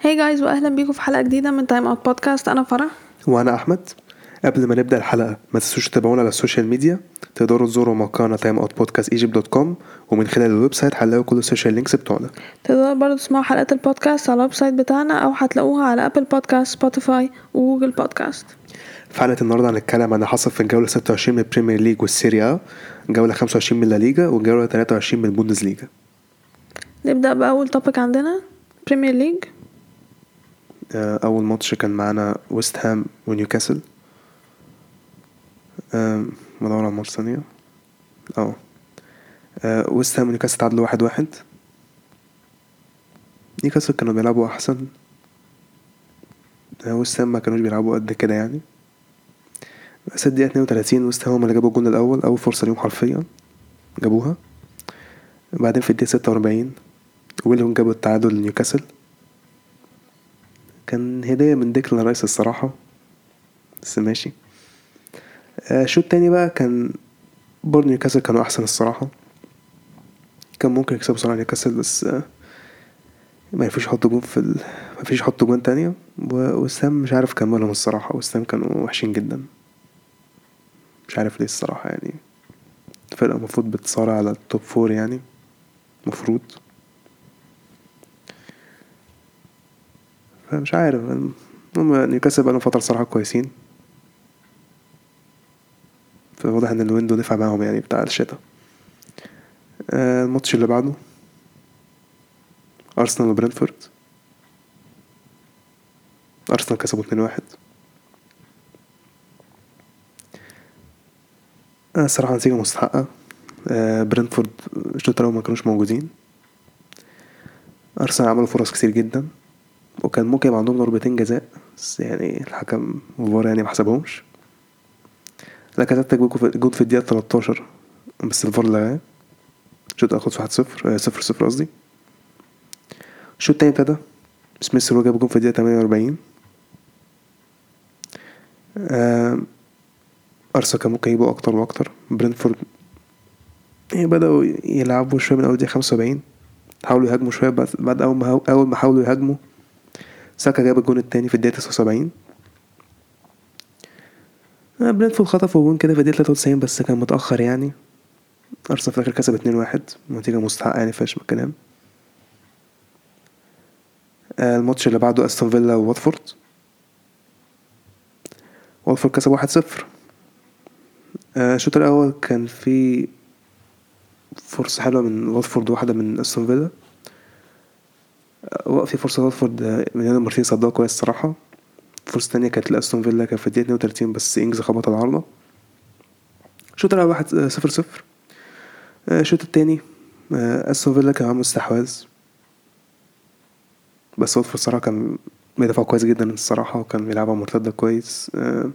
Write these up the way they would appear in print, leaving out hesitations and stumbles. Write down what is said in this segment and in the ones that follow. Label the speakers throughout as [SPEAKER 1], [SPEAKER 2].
[SPEAKER 1] هاي جايز واهلا بيكم في حلقه جديده من تايم اوت بودكاست. انا فرح.
[SPEAKER 2] وانا احمد. قبل ما نبدا الحلقه ما تنسوش تتابعونا على السوشيال ميديا. تقدروا تزوروا موقعنا timeoutpodcastegypt.com ومن خلال الويب سايت هتلاقوا كل السوشيال لينكس بتوعنا.
[SPEAKER 1] تقدروا برضو تسمعوا حلقات البودكاست على الويب سايت بتاعنا او هتلاقوها على ابل بودكاست سبوتيفاي وجوجل بودكاست.
[SPEAKER 2] في حلقه النهارده هنتكلم عن اللي حصل في الجوله 26 من البريمير ليج والسيريا، الجوله 25 من لا ليجا والجوله 23 من البوندس ليجا.
[SPEAKER 1] نبدا باول توبيك عندنا بريمير ليج.
[SPEAKER 2] اول ماتش كان معانا ويست هام ونيوكاسل. بدور على الماتش ثانيه. ويست هام ونيوكاسل تعادلوا 1-1. نيوكاسل كانوا بيلعبوا احسن، ويست هام ما كانوش بيلعبوا قد كده يعني. بس الدقيقة 32 ويست هام اللي جابوا الجون الأول، أول فرصة ليهم حرفيا جابوها. بعدين في الدقيقة 46 ويلهم جابوا التعادل لنيوكاسل، كان هدية من ديكلان رايس الصراحة، بس ماشي. الشوط التاني بقى كان برضه نيوكاسل كانوا أحسن الصراحة، كان ممكن يكسبوا صراحة نيوكاسل، بس ما يفيش يحطوا جون ما فيش يحطوا جون تانية. وويست هام مش عارف كملهم الصراحة، ويست هام كانوا وحشين جدا، مش عارف ليه الصراحة يعني. الفرقة المفروض بتصارع على التوب فور يعني، مفروض. فمش عارف. نيوكاسل بقى لهم فترة صراحة كويسين، فواضح ان الويندو نفع معاهم يعني بتاع الشتاء. الماتش اللي بعده ارسنال وبرنتفورد. ارسنال كسبوا 2-1. الصراحة نتيجة مستحقة. برنتفورد الشوط الأول ما كانوش موجودين. ارسنال عملوا فرص كتير جدا، وكان ممكن يبقى عندهم ضربتين جزاء، بس يعني الحكم فار يعني ما حسبهمش. لاكازيت جول في الدقيقة 13 بس الفار لغاه. الشوط الأول خلص 1-0، 0-0 قصدي. الشوط التاني ابتدى سميث رو جاب جول في الدقيقة 48. ارسنال كان ممكن يجيبوا اكتر واكتر. برنتفورد بدأوا يلعبوا شوية من اول دقيقة 75، حاولوا يهاجموا شوية. بعد اول ما حاولوا يهاجموا، ساكا جاب الجون التاني في الدقيقة 79. برنتفورد خطفوا جون كده في الدقيقة 93 بس كان متأخر يعني. ارسنال في الاخر كسب 2-1، نتيجة مستحقة يعني، فاش من الكلام. الماتش اللي بعده استون فيلا وواتفورد. واتفورد كسب 1-0. الشوط الاول كان في فرصة حلوة من واتفورد، واحدة من استون فيلا. في فرصة واتفورد من مارتين صدها كويس الصراحة. فرصة تانية كانت لاستون فيلا، كان في الدقيقة 32 بس انجز خبط العارضة. الشوط الاول 1-0. الشوط التاني استون فيلا كان عامل استحواذ، بس واتفورد الصراحة كان بيدافع كويس جدا الصراحة، وكان بيلعبها مرتدة كويس.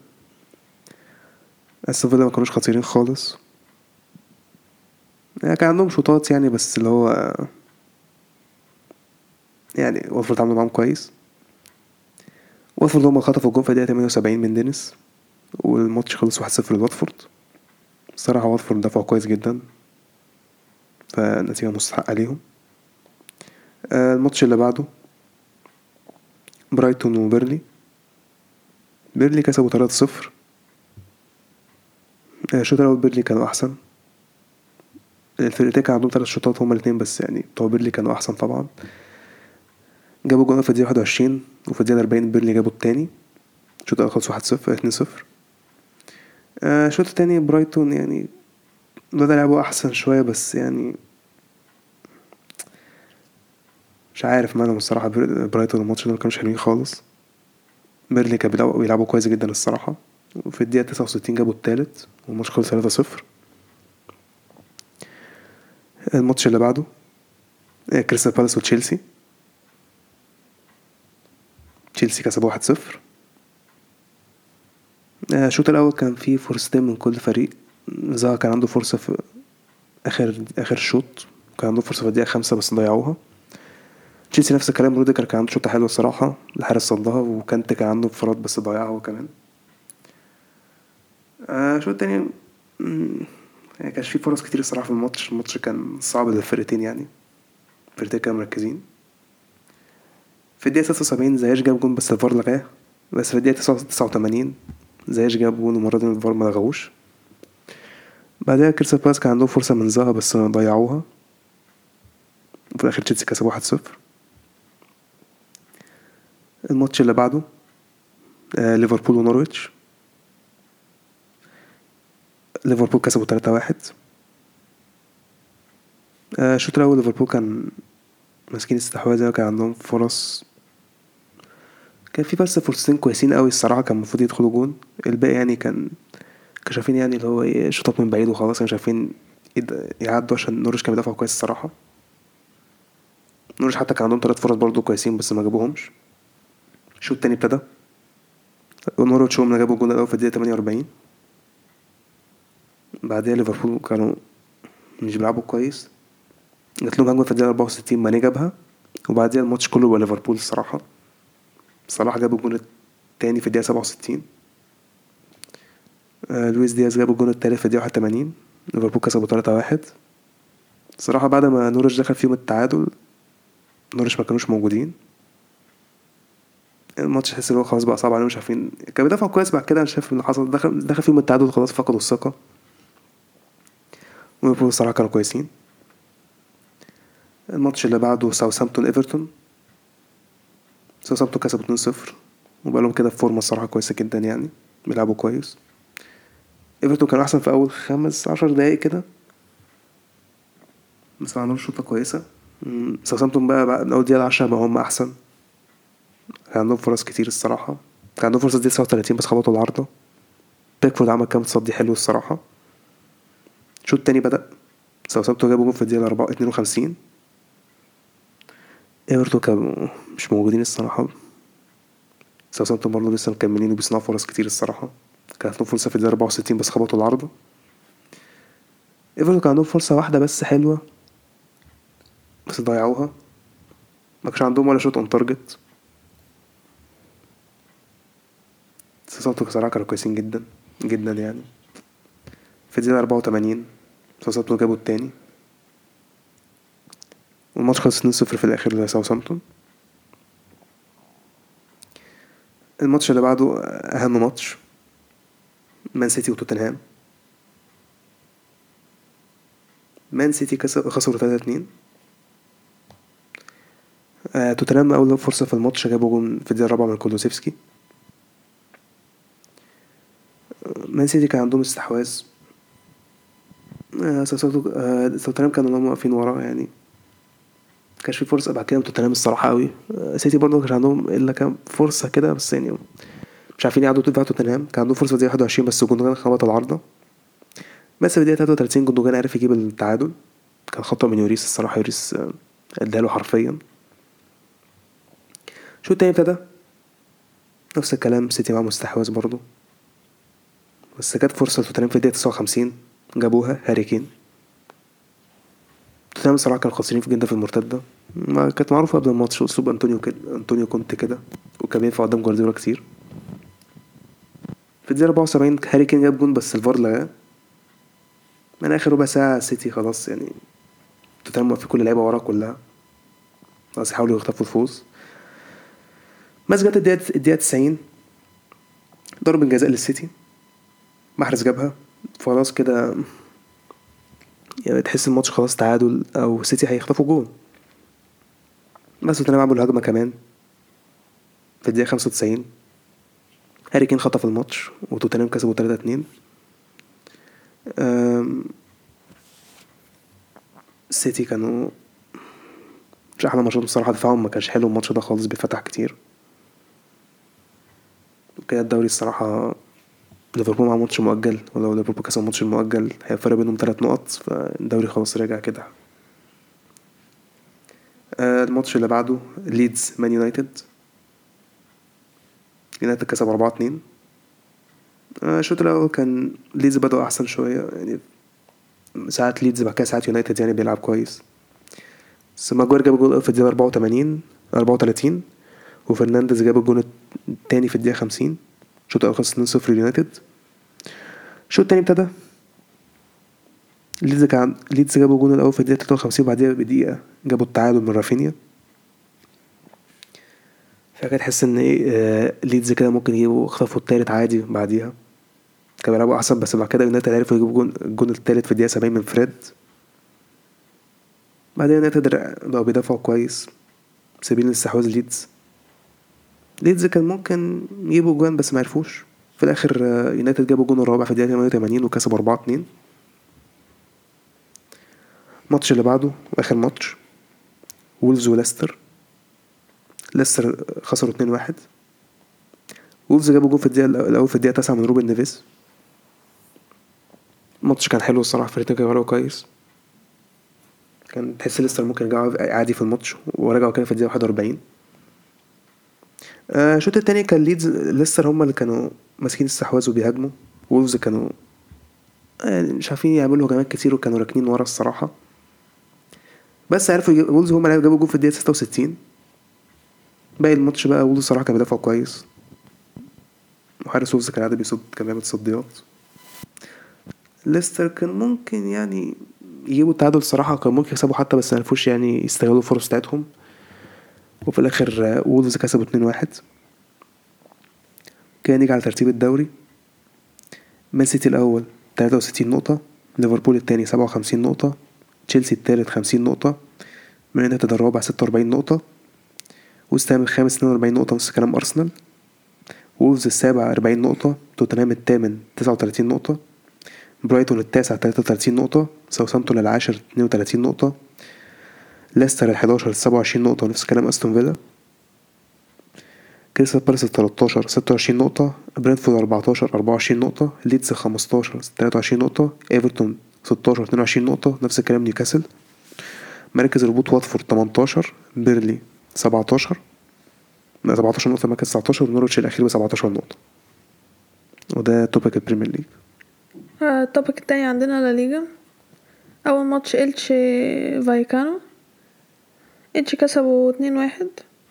[SPEAKER 2] استون فيلا ما كانوش خطيرين خالص يعني، كان عندهم شوطات يعني، بس اللي هو يعني واتفورد عملوا معاهم كويس. واتفورد هما خطفوا الجون في الدقيقة 78 من دينيس، والماتش خلص 1-0 لواتفورد. الصراحة واتفورد دفعوا كويس جدا، فالنتيجة مستحقة ليهم. الماتش اللي بعده برايتون وبيرلي. بيرلي كسبوا 3-0. الشوط الأول بيرلي كانوا أحسن. الفرقتين كان عندهم 3 شوطات هما الاتنين، بس يعني بتوع بيرلي كانوا أحسن طبعا. جابوا جون في الدقيقة 21 وفي الدقيقة 40 بيرلي جابوا التاني. الشوط الأول خلص 1-0 2-0. الشوط التاني برايتون يعني بدأ لعبوا أحسن شوية، بس يعني مش عارف مالهم الصراحة. برايتون الماتش ده ما كانوش حلوين خالص. بيرلي كان بيلعبوا كويس جدا الصراحة، وفي الدقيقة 69 جابوا التالت والماتش خلص 3-0. الماتش اللي بعده كريستال بالاس وتشيلسي. تشيلسي كسب 1-0. الشوط الأول كان فيه فرصتين من كل فريق. زها كان عنده فرصة في آخر الشوط، كان عنده فرصة في الدقيقة 5 بس ضيعوها. تشيلسي نفس الكلام، روديجر كان عنده شوطة حلوة الصراحة، الحارس صدها، وكانت كان عنده انفراد بس ضيعها هو كمان. الشوط التاني يعني كانش فيه فرص كتير الصراحة في الماتش كان صعب للفرقتين يعني، الفرقتين كانوا مركزين. في الدقيقة 76 زياش جاب جون بس الفار لغاه. بس في الدقيقة 89 زياش جاب جون ومرة دي الفار ما لغاهوش. بعدها كريستال بالاس كان عندهم فرصة من زها بس ضيعوها، وفي الآخر تشيلسي كسب 1-0. الماتش اللي بعده ليفربول ونورويتش. ليفربول كسبوا 3-1. الشوط الأول ليفربول كان ماسكين استحواذ، كان عندهم فرص، كان في بس فرصتين كويسين قوي الصراحة كان المفروض يدخلوا جون. الباقي يعني كان شايفين يعني اللي هو ايه شوطات من بعيد وخلاص، كانوا شايفين يعدوا عشان نورش كان بيدافعوا كويس الصراحة. نورش حتى كان عندهم 3 فرص برضو كويسين بس ما جابوهمش. الشوط التاني ابتدى ونورويتش هم جابوا الجون الأول في الدقيقة 48. بعدها ليفربول كانوا مش بيلعبوا كويس، جات لهم هجمة في الدقيقة 64 ماني جابها، وبعدها الماتش كله بقى ليفربول الصراحة. صلاح جاب الجون التاني في الدقيقة 67. لويس دياز جاب الجون التالت في الدقيقة 81. ليفربول كسبوا 3-1. الصراحة بعد ما نورش دخل فيهم التعادل، نورش ما كانوش موجودين. الماتش حس ان هو خلاص بقى صعب عليهم، مش عارفين، كان بيدافعوا كويس. بعد كده انا شايف اللي حصل دخل فيهم التعادل خلاص فقدوا الثقة. وليفربول الصراحة كانوا كويسين. الماتش اللي بعده ساوثهامبتون ايفرتون. ساوثهامبتون كسبوا 2-0 وبقى لهم كده في فورمة الصراحة كويسة جدا، يعني بيلعبوا كويس. ايفرتون كانوا احسن في اول 15 دقايق كده بس ما عملوش شوطة كويسة. ساوثهامبتون بقى من اول دقيقة 10 بقى هم احسن، كان عندهم فرص كتير الصراحة. كان عندهم فرصة دي 39 بس خبطوا العارضة. بيكفورد عمل كام تصدي حلو الصراحة. الشوط التاني بدأ ساوثهامبتون جابوا جون في الدقيقة 52. ايفرتون كانوا مش موجودين الصراحة. ساوثهامبتون برضه لسه مكملين وبيصنعوا فرص كتير الصراحة. كان عندهم فرصة في الدقيقة 64 بس خبطوا العارضة. ايفرتون كان عندهم فرصة واحدة بس حلوة بس ضيعوها، ما كانش عندهم ولا شوط اون تارجت. ساوثهامبتون صراحة كانوا كويسين جدا جدا يعني. في الدقيقة 84 ساوثهامبتون جابوا التاني والماتش خلص 2-0 في الآخر لساوثهامبتون. الماتش اللي بعده أهم ماتش مان سيتي وتوتنهام. مان سيتي خسروا 3-2. توتنهام أول فرصة في الماتش جابوا جون في الدقيقة 4 من كولوسيفسكي. مان سيتي كان عندهم استحواذ. توتنهام كانوا هم واقفين ورا يعني، كانش في فرصة بعد كده توتنهام الصراحة قوي. سيتي برضه كان عندهم إلا كام فرصة كده بس يعني مش عارفين يعدوا دفاع توتنهام. كان عندهم فرصة دي 21 بس جوندوجان خبط العارضة. بس في الدقيقة 33 جوندوجان عرف يجيب التعادل، كان خطأ من يوريس الصراحة. يوريس اداله حرفيا. شو التاني ابتدى نفس الكلام، سيتي مع مستحوذ برضه بس كانت فرصة توتنهام في الدقيقة 59 جابوها هاري كين. توتنهام الصراحة كانوا خاسرين في جدا في المرتدة، ما كانت معروفة قبل الماتش أسلوب أنطونيو كونت كده، وكان بينفع قدام جوارديولا كتير. في الدقيقة 74 هاري كين جاب جون بس الفار لغاه. من آخر ربع ساعة سيتي خلاص يعني توتنهام في كل لعيبة ورا كلها خلاص يحاولوا يخطفوا الفوز. بس جت الدقيقة 90 ضربة جزاء للسيتي، محرز جابها خلاص كده، يعني تحس الماتش خلاص تعادل او سيتي هيخطفوا جون. بس توتنهام عملوا الهجمة كمان في الدقيقة 95. هاري كين خطف الماتش وتوتنهام كسبوا 3-2. السيتي كانوا مش احلى ماتشات بصراحة، دفاعهم ما كانش حلو الماتش ده خالص، بيتفتح كتير. وكده الدوري الصراحة ليفربول مع ماتش مؤجل، ولو ليفربول كسب الماتش المؤجل هيبقى فرق بينهم 3 نقط، فالدوري خلاص رجع كده. الماتش اللي بعده ليدز مان يونايتد كسب 4-2. الشوط الاول كان ليدز بدأوا احسن شويه يعني، ساعات ليدز بعد كده ساعات يونايتد يعني بيلعب كويس. بس ماجوير جاب جول في الدقيقه 34 وفرنانديز جاب الجون التاني في الدقيقه 50. الشوط الاول خلص 2-0 ليونايتد. الشوط التاني ابتدى ليدز جابوا الجون الاول في الدقيقه 53 وبعديها بدقيقه جابوا التعادل من رافينيا. فكده تحس ان ايه ليدز كده ممكن يجيبوا خطفوا التالت عادي بعديها. كانوا بيلعبوا احسن بس بعد كده يونايتد عرفوا يجيبوا الجون التالت في الدقيقه 70 من فريد. بعدين يونايتد بقوا بيدافعوا كويس سابين الاستحواذ ليدز. ليدز كان ممكن يجيبوا جوان بس ما عرفوش. في الاخر يونايتد جابوا الجون الرابع في الدقيقه 88 وكسبوا 4-2. الماتش اللي بعده واخر ماتش وولفز وليستر. ليستر خسروا 2-1. وولفز جابوا جون في الدقيقه الاول في الدقيقه 9 من روبن نيفيز. الماتش كان حلو الصراحه فريقين كانوا بيلعبوا كويس. كان تحس ليستر ممكن يرجعوا عادي في الماتش ورجعوا كده في الدقيقه 41. الشوط التاني كان ليستر هم اللي كانوا ماسكين استحواذ وبيهاجموا. وولفز كانوا مش عارفين يعملوا هجمات كتير وكانوا راكنين ورا الصراحه. بس عرفوا وولفز هم اللي جابوا جون في الدقيقه 66. باقي الماتش بقى وولفز صراحه كان بيدافعوا كويس. وحارس وولفز كان قاعد بيصد كان بيعمل تصديات. ليستر كان ممكن يعني يجيبوا التعادل الصراحه كان ممكن يكسبوا حتى بس معرفوش يعني يستغلوا الفرص بتاعتهم. وفي الاخر وولفز كسبوا 2-1. كان يجي على ترتيب الدوري. مان سيتي الاول 63 نقطه. ليفربول الثاني 57 نقطه. تشيلسي الثالث 50 نقطه. مان يونايتد الرابع 46 نقطه. وستام الخامس 42 نقطه نفس كلام ارسنال. وولفز السابع 40 نقطه. توتنهام الثامن 39 نقطه. برايتون التاسع 33 نقطه. ساوثهامبتون العاشر 32 نقطه. ليستر ال11 27 نقطه ونفس كلام استون فيلا. كريستال بالاس 13 26 نقطة. برينتفورد 14 24 نقطة. ليدز 15 23 نقطة. ايفرتون 16 22 نقطة نفس الكلام نيوكاسل. مركز الهبوط واتفورد 18. بيرلي 17 نقطة مركز 19. ونورويتش الأخير ب17 نقطة. وده توبك البريمير ليج.
[SPEAKER 1] التوبيك التاني عندنا لا ليجا. اول ماتش إلتش فايكانو. إلتش كسبوا 2-1.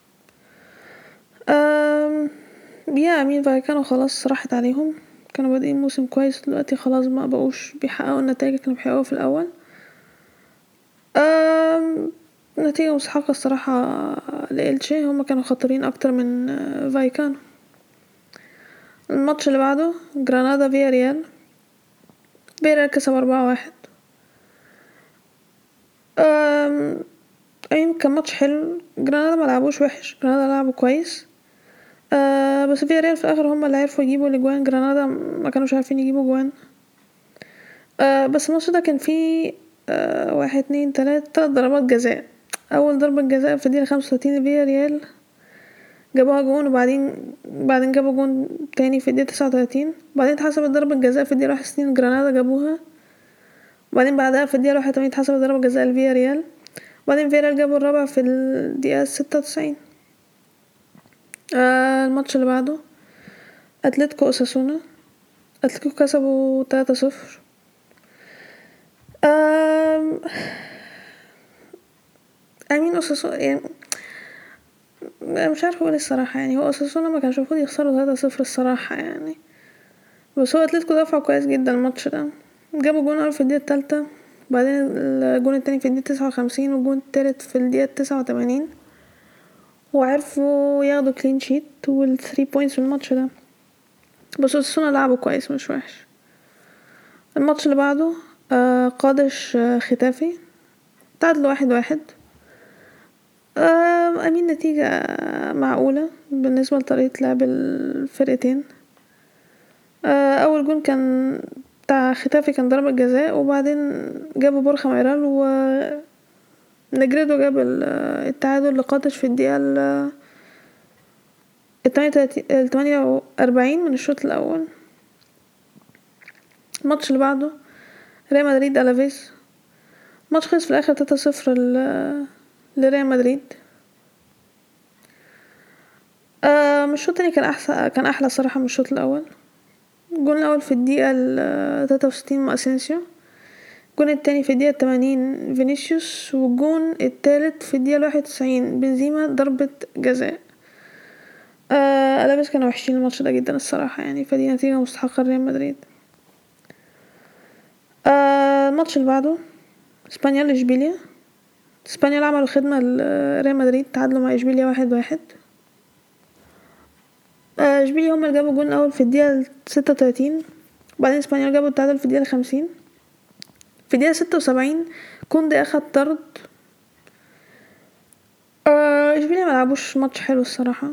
[SPEAKER 1] مين فايكانو خلاص راحت عليهم. كانوا بادئين موسم كويس دلوقتي خلاص ما بقوش بيحققوا النتائج اللي كانوا بيحققوها في الاول. نتيجة مستحقة الصراحة لإلتش. هما كانوا خطرين اكتر من فايكانو. الماتش اللي بعده جرانادا فيا ريال. فيا ريال كسب 4-1. كان ماتش حلو. جرانادا ما لعبوش وحش. جرانادا لعبوا كويس. بس فيا ريال في الاخر هم اللي عرفوا يجيبوا الاجوان. جرانادا ما كانوش عارفين يجيبوا جوان. بس الماتش ده كان فيه 1 2 3 ضربات جزاء. اول ضربة جزاء في الدقيقة 35 لفيا ريال جابوها جون. وبعدين جابوا جون تاني في الدقيقة 39. وبعدين اتحسبت ضربة جزاء في الدقيقة 61 جرانادا جابوها. وبعدين بعدها في الدقيقة 81 اتحسبت ضربة جزاء لفيا ريال. وبعدين فيا ريال جابوا الرابع في الدقيقة 96. الماتش اللي بعده اتلتيكو اوساسونا. اتلتيكو كسبوا 3-0. امين اوساسونا يعني مش عارفه اقول الصراحه. يعني هو اوساسونا ما كانش المفروض يخسروا 3-0 الصراحه يعني. بس هو اتلتيكو دفعوا كويس جدا الماتش ده. جابوا جون اول في الدقيقه الثالثه. بعدين الجون التاني في الدقيقه 59 والجون التالت في الدقيقه 89. وعرفوا ياخدوا كلين شيت وال3 بوينتس في الماتش ده. بس اوساسونا لعبوا كويس مش وحش. الماتش اللي بعده قادش ختافي تعادلوا 1-1. امين نتيجة معقولة بالنسبة لطريقة لعب الفرقتين. اول جون كان بتاع ختافي كان ضربة جزاء. وبعدين جابوا بورخا مايرال ونجريدو جاب التعادل لقادش في الدقيقة 48 من الشوط الاول. الماتش اللي بعده ريال مدريد ألافيس. ماتش خلص في الاخر 3-0 لريال مدريد. الشوط التاني كان احلى صراحه من الشوط الاول. الجون الاول في الدقيقه 63 مع اسينسيو. الجون التاني في الدقيقه 80 فينيسيوس. والجون التالت في الدقيقه 91 بنزيما ضربه جزاء. ألافيس كانوا وحشين الماتش ده جدا الصراحه يعني. فدي نتيجه مستحقه لريال مدريد. الماتش اللي بعده اسبانيول اشبيليا. اسبانيول عملوا خدمه لريال مدريد تعادلوا مع اشبيليا 1-1. اشبيليا هما اللي جابوا الجون الاول في الدقيقه 36، وبعدين اسبانيول جابوا التعادل في الدقيقه 50. في الدقيقه 76 كوندي اخد طرد. اشبيليا ملعبوش ماتش حلو الصراحه.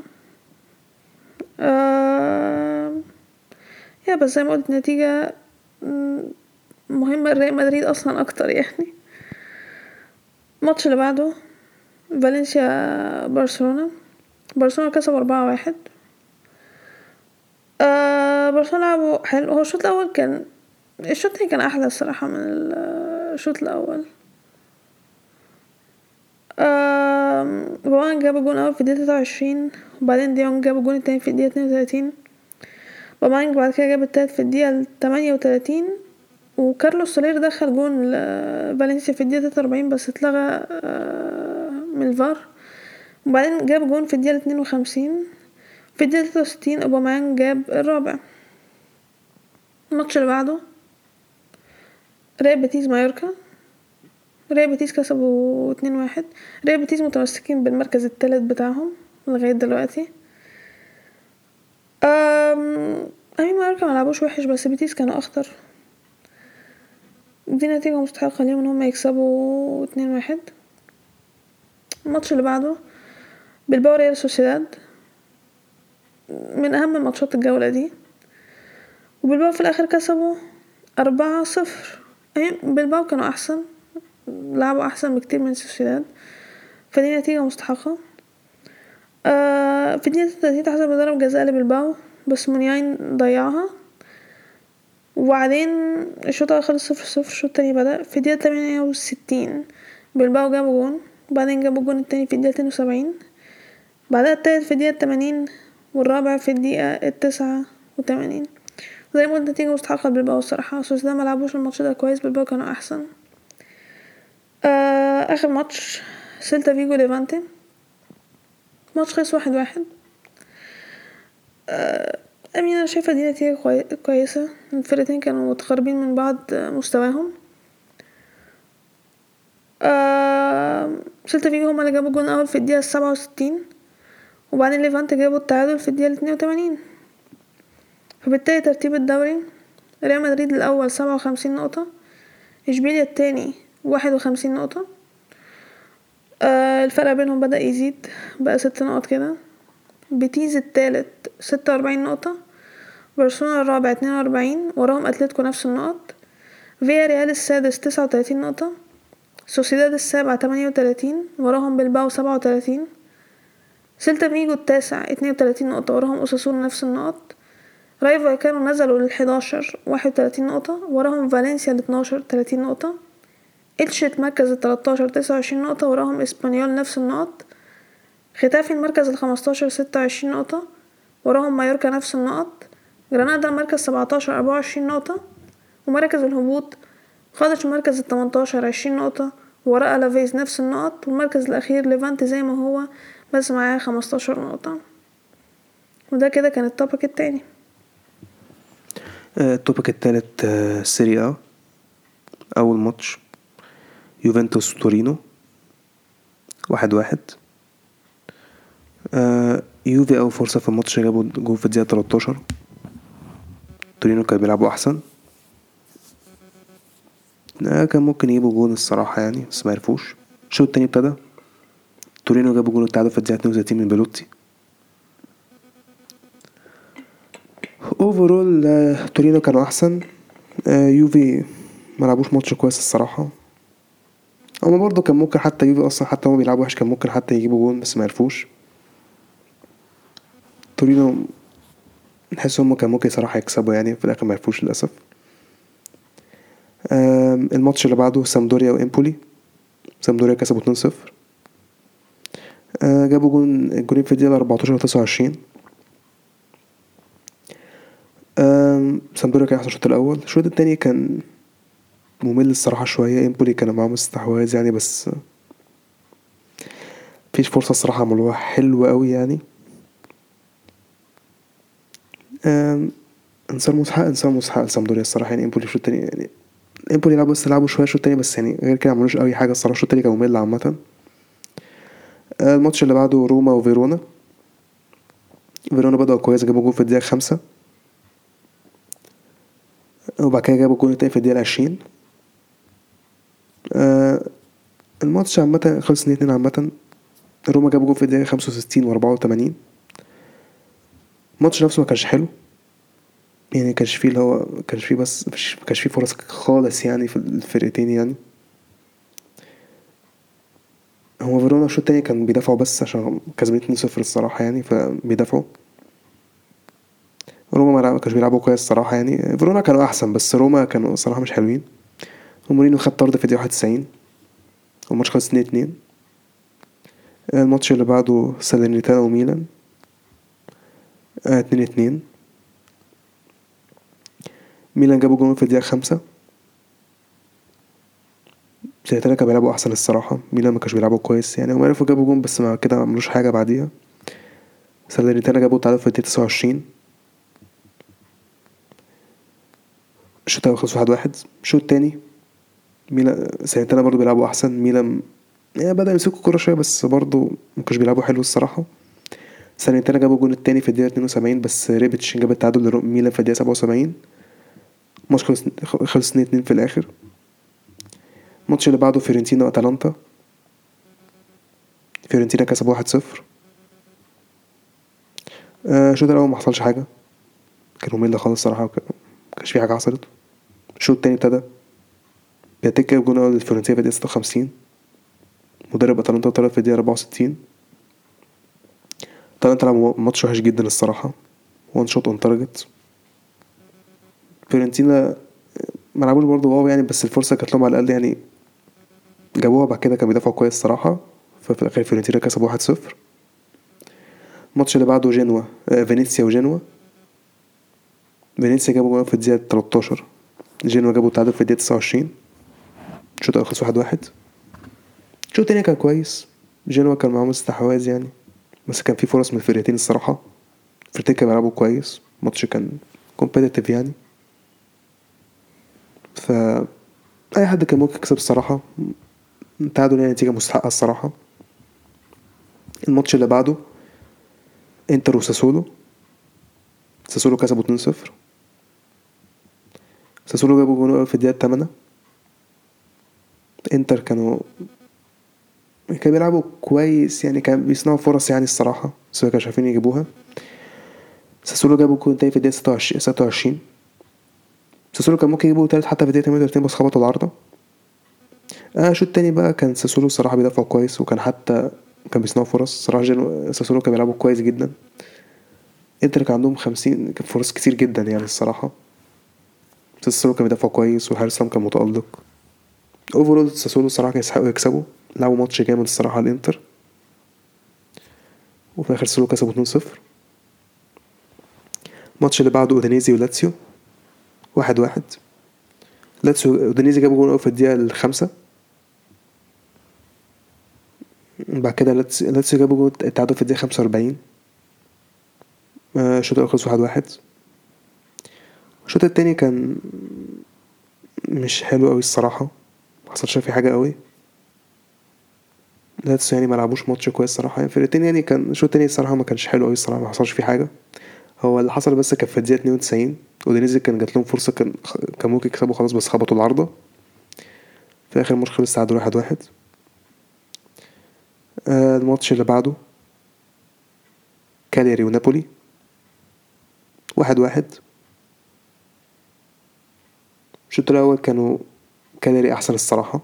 [SPEAKER 1] يا بس زي ما قلت النتيجه مهمه لريال مدريد اصلا اكتر يعني. الماتش اللي بعده فالنسيا برشلونه كسب 4-1. برشلونه لعبوا حلو. هو الشوط الاول كان الشوط التاني كان احلى الصراحه من الشوط الاول. بوان جاب الجون الاول في الدقيقه 23، وبعدين ديونج جاب الجون التاني في الدقيقه 32. بوان بعد كده جاب التالت في الدقيقه 38، وكارلوس سولير دخل جون فالنسيا في الدقيقه 43 بس اتلغى من الفار. وبعدين جاب جون في الدقيقه 52. في الدقيقه 63 اوبامان جاب الرابع. الماتش اللي بعده ريال بيتيس مايوركا. ريال بيتيس كسبوا 2-1. ريال بيتيس متمسكين بالمركز الثالث بتاعهم لغايه دلوقتي. امين مايوركا ملعبوش وحش بس بيتيس كانوا اخطر. دي نتيجه مستحقه ليهم ان هم يكسبوا 2-1. الماتش اللي بعده بالباو ريال سوسيداد، من اهم ماتشات الجوله دي، وبالباو في الاخر كسبوا 4-0. بالباو كانوا احسن، لعبوا احسن بكتير من سوسيداد، فدي نتيجه مستحقه. في الدقيقه 30 حسب ضرب جزاء لبالباو بس مونياين ضيعها. وبعدين الشوط الاول خلص 0-0. الشوط التاني بدأ في الدقيقه 68. بالباو جابوا جون، وبعدين جابوا الجون التاني في الدقيقه 72، بعدها التالت في الدقيقه 80، والرابع في الدقيقه 89. زي ما قلت نتيجه مستحقه بالباو الصراحه. سوسيداد ما لعبوش الماتش ده كويس، بالباو كانوا احسن. اخر ماتش سيلتا فيجو ليفانتي. ماتش خلص 1-1. انا شايفه دي نتيجه كويسه. الفرقتين كانوا متقاربين من بعض مستواهم. سيلتا فيجو هما اللي جابوا الجون الاول في الدقيقه 67، وبعدين ليفانتي جابوا التعادل في الدقيقه 82. فبالتالي ترتيب الدوري ريال مدريد الاول 57 نقطه، اشبيليا التاني 51 نقطه. الفرق بينهم بدأ يزيد بقى 6 نقط كده. بيتيز التالت 46 نقطة، برشلونة الرابع 42، وراهم اتلتيكو نفس النقط. فيا ريال السادس 39 نقطة، سوسيداد السابع 38، وراهم بلباو 37. سيلتا فيجو التاسع 32 نقطة، وراهم اوساسون نفس النقط. رايو فايكانو نزلوا لل11 31 نقطة، وراهم فالنسيا ال12 30 نقطة. إلشة مركز ال13 29 نقطة، وراهم اسبانيول نفس النقط. ختافي المركز ال15 26 نقطة، وراهم مايوركا نفس النقط. جرانادا المركز 17 24 نقطة، ومركز الهبوط خدش المركز ال18 20 نقطة، وراء لافيز نفس النقط. والمركز الأخير ليفانتي زي ما هو بس معاه 15 نقطة. وده كده كان الطابق التاني.
[SPEAKER 2] التوبيك التالت سيريا. اول ماتش يوفنتوس تورينو 1-1. يوفي اول فرصة في الماتش جابوا جول في الدقيقة 13. تورينو كانوا بيلعبوا احسن، كان ممكن يجيبوا جول الصراحة يعني بس ما عرفوش. الشوط التاني ابتدى تورينو جابوا جول التعادل في الدقيقة 32 من بيلوتي. اوفرول تورينو كانوا احسن. يوفي ما لعبوش ماتش كويس الصراحة. هما برضو كان ممكن حتى يوفي اصلا حتى هما بيلعبوا وحش كان ممكن حتى يجيبوا جول بس ما عرفوش. تورينو نحس هما كان ممكن صراحة يكسبوا يعني في الاخر ما عرفوش للاسف. الماتش اللي بعده سامدوريا وامبولي. سامدوريا كسبوا 2-0. جابوا الجولين في الدقيقة 14 و 29. سامدوريا كان احسن الشوط الاول. الشوط التاني كان ممل الصراحة شوية. امبولي كان معاهم استحواذ يعني بس فيش فرصة الصراحة عملوها حلوة قوي يعني. انصار مسحق لسامدوريا الصراحة يعني. امبولي الشوط التاني يعني امبولي لعبوا شوية الشوط التاني بس يعني غير كده عملوش قوي حاجة الصراحة. الشوط التاني كان ممل عامة. الماتش اللي بعده روما وفيرونا. فيرونا بدأوا كويس، جابوا جول في الدقيقة 5، وبعد كده جابوا جول تاني في الدقيقة 20. الماتش عامة خلص 2-2 عامة. روما جابوا جول في الدقيقة 65 و84. الماتش نفسه ما كانش حلو يعني، كانش فيه اللي هو كانش فيه بس كانش فيه فرص خالص يعني في الفرقتين يعني. هو فيرونا الشوط التاني كان بيدافعوا بس عشان كسبانين 2-0 الصراحة يعني، فبيدافعوا. روما ما كانش بيلعبوا كويس الصراحة يعني، فيرونا كانوا أحسن بس روما كانوا الصراحة مش حلوين. ومورينيو خد طرد في الدقيقة 91، والماتش خلص 2-2. الماتش اللي بعده سالرنيتانا وميلان 2-2. ميلان جابوا جون في الدقيقة 5. سالرنيتانا كانوا بيلعبوا أحسن الصراحة، ميلان ما كانش بيلعبوا كويس يعني، هم عرفوا جابوا جون بس ما كده ما عملوش حاجة بعديها. سالرنيتانا جابوا تعادل في الدقيقة 29. الشوط الأول خلص 1-1. الشوط التاني ميلان سالرنيتانا برضو بيلعبوا أحسن، ميلان يعني بدأ يمسكوا الكورة شوية بس برضو ما كانوش بيلعبوا حلو الصراحة. سالرنيتانا جابوا الجون التاني في الدقيقة 72 بس ريبيتش جاب التعادل لميلان في الدقيقة 77. الماتش خلص 2-2 في الآخر. الماتش اللي بعده فيورنتينا وأتلانتا. فيورنتينا كسب 1-0. الشوط الأول ما حصلش حاجة، كان ممل خالص الصراحة، مكانش في حاجة حصلت. الشوط التاني ابتدى بيتك جاب جون أول لفيورنتينا في الدقيقة 56. مدرب أتلانتا طلع في الدقيقة 64. أتلانتا لعبوا ماتش وحش جدا الصراحة، وان شوت اون تارجت. فيورنتينا ما لعبوش برضه واو يعني، بس الفرصة كانت لهم على الأقل يعني، جابوها. بعد كده كانوا بيدافعوا كويس الصراحة، ففي الأخير فيورنتينا كسب 1-0. الماتش اللي بعده جنوا فينيسيا وجنوا. فينيسيا جابوا جول في الدقيقة 13، جنوا جابوا التعادل في الدقيقة 29. الشوط الأول خلص 1-1. الشوط التاني كان كويس، جنوا كان معاهم استحواذ يعني، بس كان في فرص من الفرقتين الصراحة. الفرقتين كانوا بيلعبوا كويس، الماتش كان كومبيتيتيف يعني، ف أي حد كان ممكن يكسب الصراحة. التعادل يعني نتيجة مستحقة الصراحة. الماتش اللي بعده انتر وساسولو. ساسولو كسبوا 2-0. ساسولو جابوا جون في الدقيقة 8. انتر كانوا بيلعبوا كويس يعني، كان بيصنعوا فرص يعني الصراحة، بس ما كانوش عارفين يجيبوها. ساسولو جابوا جون تاني في الدقيقة 26. ساسولو كان ممكن يجيبوا تالت حتى في الدقيقة 38 بس خبطوا العارضة. الشوط التاني بقى كان ساسولو الصراحة بيدافعوا كويس، وكان حتى كان بيصنعوا فرص صراحة. ساسولو كان بيلعبوا كويس جدا. انتر كان عندهم 50 فرص كتير جدا يعني الصراحة. ساسولو كان بيدافعوا كويس، والحارس كان متألق. اوفرول ساسولو الصراحة كان يستحقوا يكسبوا، لعبوا ماتش جامد الصراحة على الانتر، وفي الاخر ساسولو كسبوا 2-0. الماتش اللي بعده اودينيزي ولاتسيو 1-1. لاتسيو اودينيزي جابوا جول في الدقيقة 5. بعد كده لاتسيو جابوا جول التعادل في الدقيقة 45. الشوط الأول خلص 1-1. الشوط التاني كان مش حلو قوي الصراحة، محصلش فيه حاجة قوي. لاتسيو يعني ملعبوش ماتش كويس الصراحة يعني، فرقتين يعني. كان الشوط التاني الصراحة ما كانش حلو قوي الصراحة، محصلش فيه حاجة. هو اللي حصل بس كان في الدقيقة 92 اودينيزي كان جات لهم فرصة، كان ممكن يكسبوا خلاص بس خبطوا العارضة. في آخر الماتش خلص تعادل 1-1. الماتش اللي بعده كاليري ونابولي 1-1. الشوط الأول كانوا كاليري أحسن الصراحة،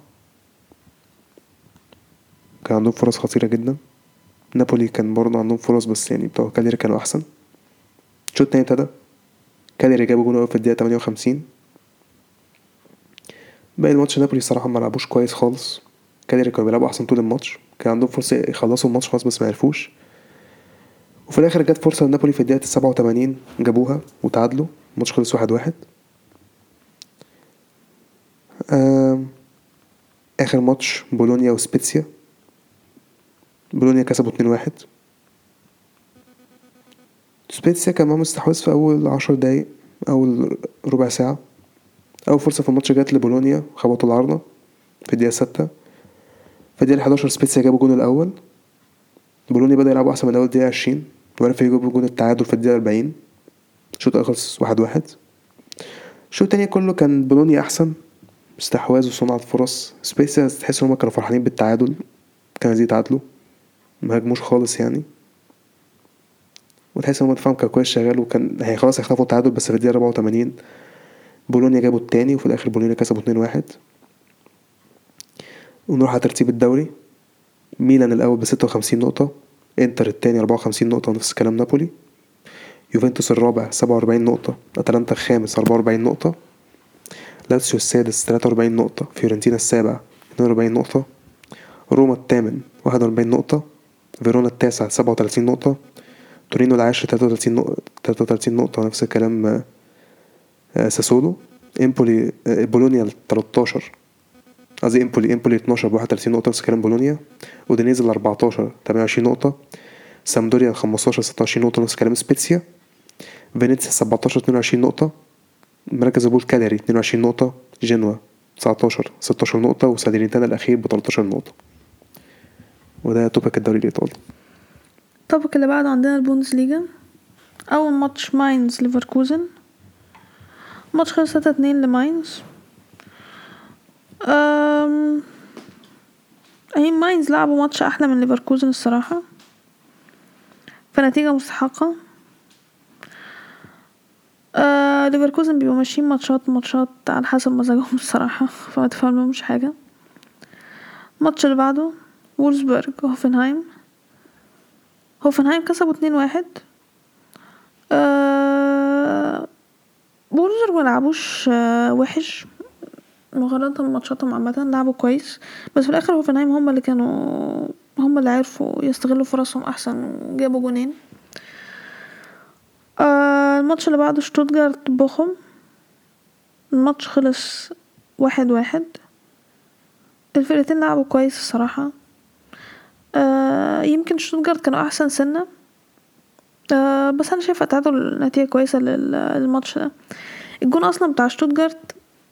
[SPEAKER 2] كان عندهم فرص خطيرة جدا. نابولي كان برضه عندهم فرص بس يعني بتوع كاليري كانوا أحسن. الشوط التاني ابتدى كاليري جابوا جون أول في الدقيقة 58. باقي الماتش نابولي الصراحة ما لعبوش كويس خالص. كاليري كانوا بيلعبوا أحسن طول الماتش، كان عندهم فرصة يخلصوا الماتش خلاص بس ما عرفوش. وفي الآخر جت فرصة لنابولي في الدقيقة 87 جابوها وتعادلوا. الماتش خلص 1-1. آخر ماتش بولونيا وسبيتسيا. بولونيا كسبوا 2-1. سبيتسيا كان معاهم استحواذ في أول 10 دقايق، أول ربع ساعة. أول فرصة في الماتش جات لبولونيا، خبطوا العارضة في الدقيقة 6. في الدقيقة 11 سبيتسيا جابوا جون الأول. بولونيا بدأ يلعبوا أحسن من أول دقيقة 20. وعرف يجيب جون التعادل في الدقيقة 40. الشوط الأول خلص 1-1. الشوط التاني كله كان بولونيا أحسن، استحواذ وصناعة فرص. سبيسيا تحس ان هما كانوا فرحانين بالتعادل، كانوا عايزين يتعادلوا، مهاجموش خالص يعني. وتحس ان هما دفاعهم كان كويس شغال، وكان هي خلاص هيخطفوا التعادل. بس في الدقيقة 84 بولونيا جابوا التاني، وفي الآخر بولونيا كسبوا 2-1. ونروح على ترتيب الدوري. ميلان الأول ب56 نقطة، انتر التاني 54 نقطة ونفس الكلام نابولي. يوفنتوس الرابع 47 نقطة، اتلانتا الخامس 44 نقطة، لاتسيو السادس 43 نقطة، فيورنتينا السابع 42 نقطة، روما الثامن 41 نقطة، فيرونا التاسع 37 نقطة، تورينو العاشر 33 نقطة نفس الكلام. ساسولو، امبولي بولونيا 13 قصدي امبولي 12 ب31 نقطة نفس الكلام بولونيا. اودينيز 14 28 نقطة، سامدوريا 15 26 نقطة نفس الكلام سبيتسيا. فينيتسيا 17 22 نقطة، مركز البول كاليري 22 نقطة، جنوا 19 16 نقطة، وساليرنتانا الأخير ب13 نقطة. وده توبك الدوري الإيطالي.
[SPEAKER 1] الطبق اللي بعده عندنا البوندسليجا. اول ماتش ماينز ليفركوزن، ماتش خلص 3-2 لماينز. اي ماينز لعبوا ماتش احلى من ليفركوزن الصراحه، فنتيجه مستحقه. ليفركوزن بيبقوا ماشيين ماتشات على حسب مزاجهم الصراحه، فما تفهملهمش حاجه. الماتش اللي بعده وولزبورغ هوفنهايم كسبوا 2-1. وولزبورغ ملعبوش وحش مقارنة بماتشاتهم عامة، لعبوا كويس. بس في الاخر هوفنهايم هم اللي عرفوا يستغلوا فرصهم احسن وجابوا جونين. الماتش اللي بعده شتوتجارت بوخم، الماتش خلص 1-1. الفرقتين لعبوا كويس الصراحة. يمكن شتوتجارت كانوا احسن سنة، بس انا شايفه تعادل نتيجة كويسة للماتش ده. الجون اصلا بتاع شتوتجارت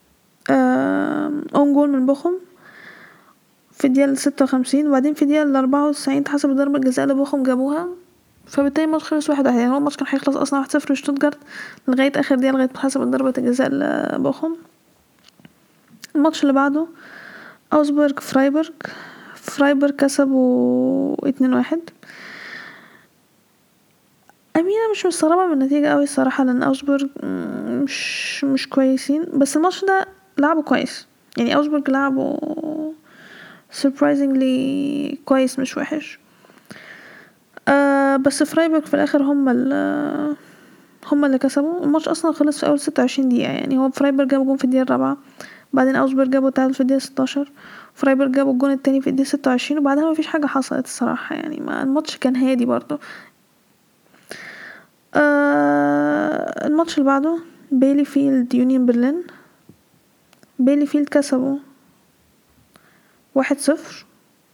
[SPEAKER 1] اون جول من بوخم في الدقيقة 56، وبعدين في الدقيقة 94 اتحسب ضربة جزاء لبوخم جابوها، فبالتالي الماتش خلص 1-1. يعني هو الماتش كان هيخلص اصلا 1-0 لشتوتجارت لغاية اخر دقيقة، لغاية ما اتحسبت ضربة الجزاء لبوخم. الماتش اللي بعده اوزبورغ فرايبورغ كسبوا 2-1. امينه مش مستغربه من النتيجه قوي الصراحه، لان اوزبورغ مش كويسين، بس الماتش ده لعبوا كويس. يعني اوزبورغ لعبوا surprisingly كويس مش وحش. بس فرايبورغ في الاخر هم اللي كسبوا الماتش. اصلا خلص في اول 26 دقيقه، يعني هو فرايبورغ جاب جون في الدقيقه 4، بعدين اوزبورغ جابوا التعادل في الدقيقه 16، فرايبورغ جابوا الجون التاني في الدقيقه 26، وبعدها ما فيش حاجه حصلت الصراحه. يعني ما الماتش كان هادي برضو. الماتش اللي بعده بيلي فيلد يونيون برلين. بيلي فيلد كسبوا 1-0.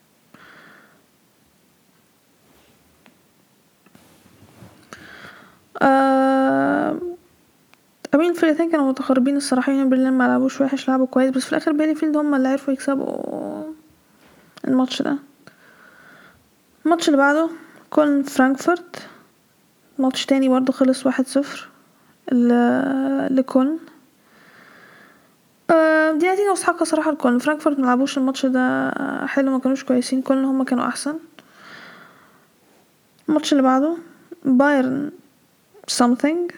[SPEAKER 1] امين الفرقتين كانوا متقاربين الصراحه. يونيون برلين ما لعبوش وحش، لعبوا كويس، بس في الاخر بيلي فيلد هم اللي عرفوا يكسبوا الماتش ده. الماتش اللي بعده كولن فرانكفورت، ماتش تاني برضو خلص 1-0 لكولن. دي نتيجة مستحقة صراحة لكولن. فرانكفورت ملعبوش الماتش ده حلو، ما كانوش كويسين. كولن هم كانوا احسن. الماتش اللي بعده بايرن something.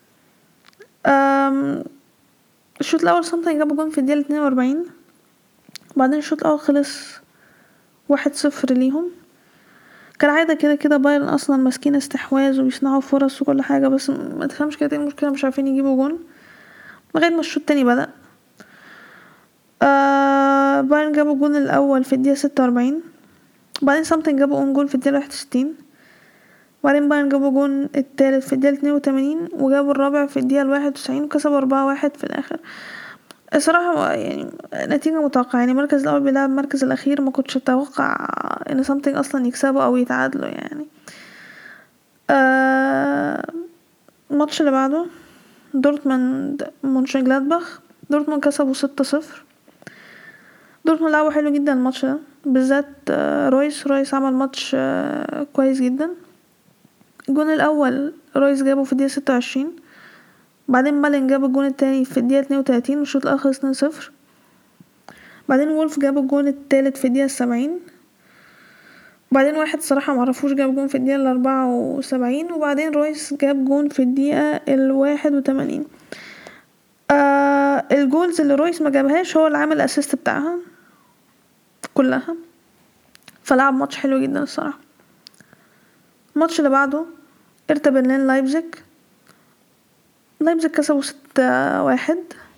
[SPEAKER 1] الشوط الاول something جابوا جون في الدقيقة 42، وبعدين الشوط الاول خلص 1-0 ليهم. كالعادة كده بايرن اصلا ماسكين استحواذ وبيصنعوا فرص وكل حاجة، بس ما تفهمش كده ايه المشكلة، مش عارفين يجيبوا جون لغاية ما الشوط التاني بدأ. بايرن جابوا الجون الاول في الدقيقة 46، وبعدين something جابوا اون جول في الدقيقة 61، وبعدين بايرن جابوا جون التالت في الدقيقة 82، وجابوا الرابع في الدقيقة 91، وكسبوا 4-1 في الاخر. الصراحة يعني نتيجة متوقعة. يعني المركز الاول بيلعب المركز الاخير، ما كنتش اتوقع ان something اصلا يكسبوا او يتعادلوا يعني. الماتش اللي بعده دورتموند مونشنجلادباخ. دورتموند كسبوا 6-0. دورتموند لعبوا حلو جدا الماتش ده بالذات. رويس عمل ماتش كويس جدا. الجون الاول رويس جابه في الدقيقه 26، بعدين مالين جاب الجون التاني في الدقيقه 32 والشوط الاخر 2-0. بعدين وولف جاب الجون التالت في الدقيقه 70. وبعدين واحد صراحه معرفوش جاب جون في الدقيقه 74. وبعدين رويس جاب جون في الدقيقه 81. الجولز اللي رويس ما جابهاش هو اللي عامل الاسيست بتاعها كلها، فلعب ماتش حلو جدا الصراحه. الماتش اللي بعده إرتا برلين لايبزيج كسبوا 6-1.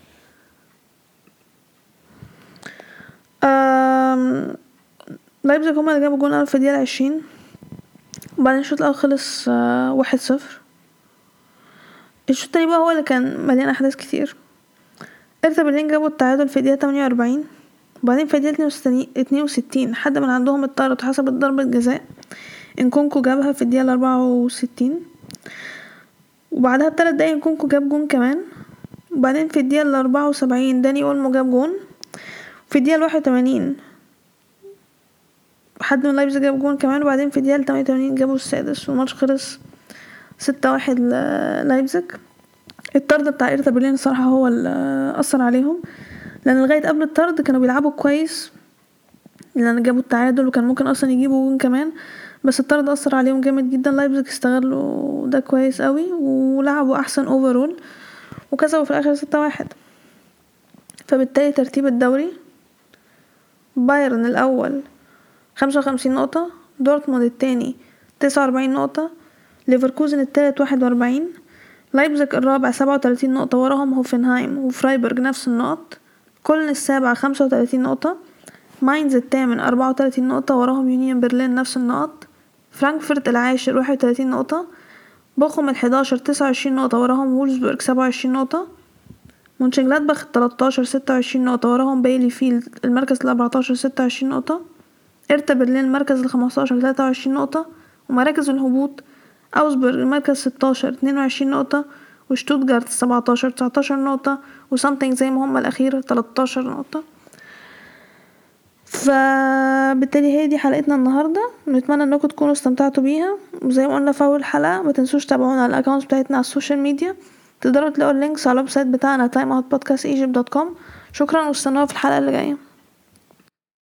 [SPEAKER 1] لايبزيج هما اللي جابوا جون اول في الدقيقه 20. وبعدين الشوط الاول خلص 1-0. الشوط التاني بقى هو اللي كان مليان احداث كتير. إرتا برلين جابوا التعادل في الدقيقه 48. وبعدين في الدقيقه 62 حد من عندهم اتطرد وحسب ضربة جزاء انكونكو جابها في الدقيقه 64. وبعدها ب3 دقايق انكونكو جاب جون كمان. وبعدين في الدقيقه 74 داني اولمو جاب جون. في الدقيقه 81 حد من لايبزيج جاب جون كمان. وبعدين في الدقيقه 88 جابوا السادس والماتش خلص 6-1 لايبزيج. الطرد بتاع إرتا برلين الصراحه هو اللي اثر عليهم، لان لغايه قبل الطرد كانوا بيلعبوا كويس، لان جابوا التعادل وكان ممكن اصلا يجيبوا جون كمان، بس الطرد اثر عليهم جامد جدا. لايبزيج استغلوا ده كويس قوي ولعبوا احسن اوفرول وكسبوا في الاخر 6-1. فبالتالي ترتيب الدوري: بايرن الاول 55 نقطة، دورتموند التاني 49 نقطة، ليفركوزن التالت 41، لايبزيج الرابع 37 نقطة، وراهم هوفنهايم وفرايبورغ نفس النقط، كولن السابع 35 نقطة، ماينز الثامن 34 نقطة، وراهم يونيون برلين نفس النقط، فرانكفورت العاشر 31 نقطة، بوخم ال11 29 نقطة، وراهم وولفسبورغ 27 نقطة، مونشنجلادباخ 13 26 نقطة، وراهم بايلي فيلد المركز ال14 26 نقطة، إرتا برلين المركز ال15 23 نقطة، ومراكز الهبوط: أوزبورغ المركز 16 22 نقطة، وشتوتجارت 17 19 نقطة، وسامتينج زي ما هم الأخير 13 نقطة. فبالتالي هي دي حلقتنا النهارده، نتمنى انكم تكونوا استمتعتوا بيها. وزي ما قلنا في اول حلقه، ما تنسوش تابعونا على الاكونت بتاعتنا على السوشيال ميديا، تقدروا تلاقوا اللينكس على الويب سايت بتاعنا timeoutpodcastegypt.com. شكرا واستنونا في الحلقه اللي جايه.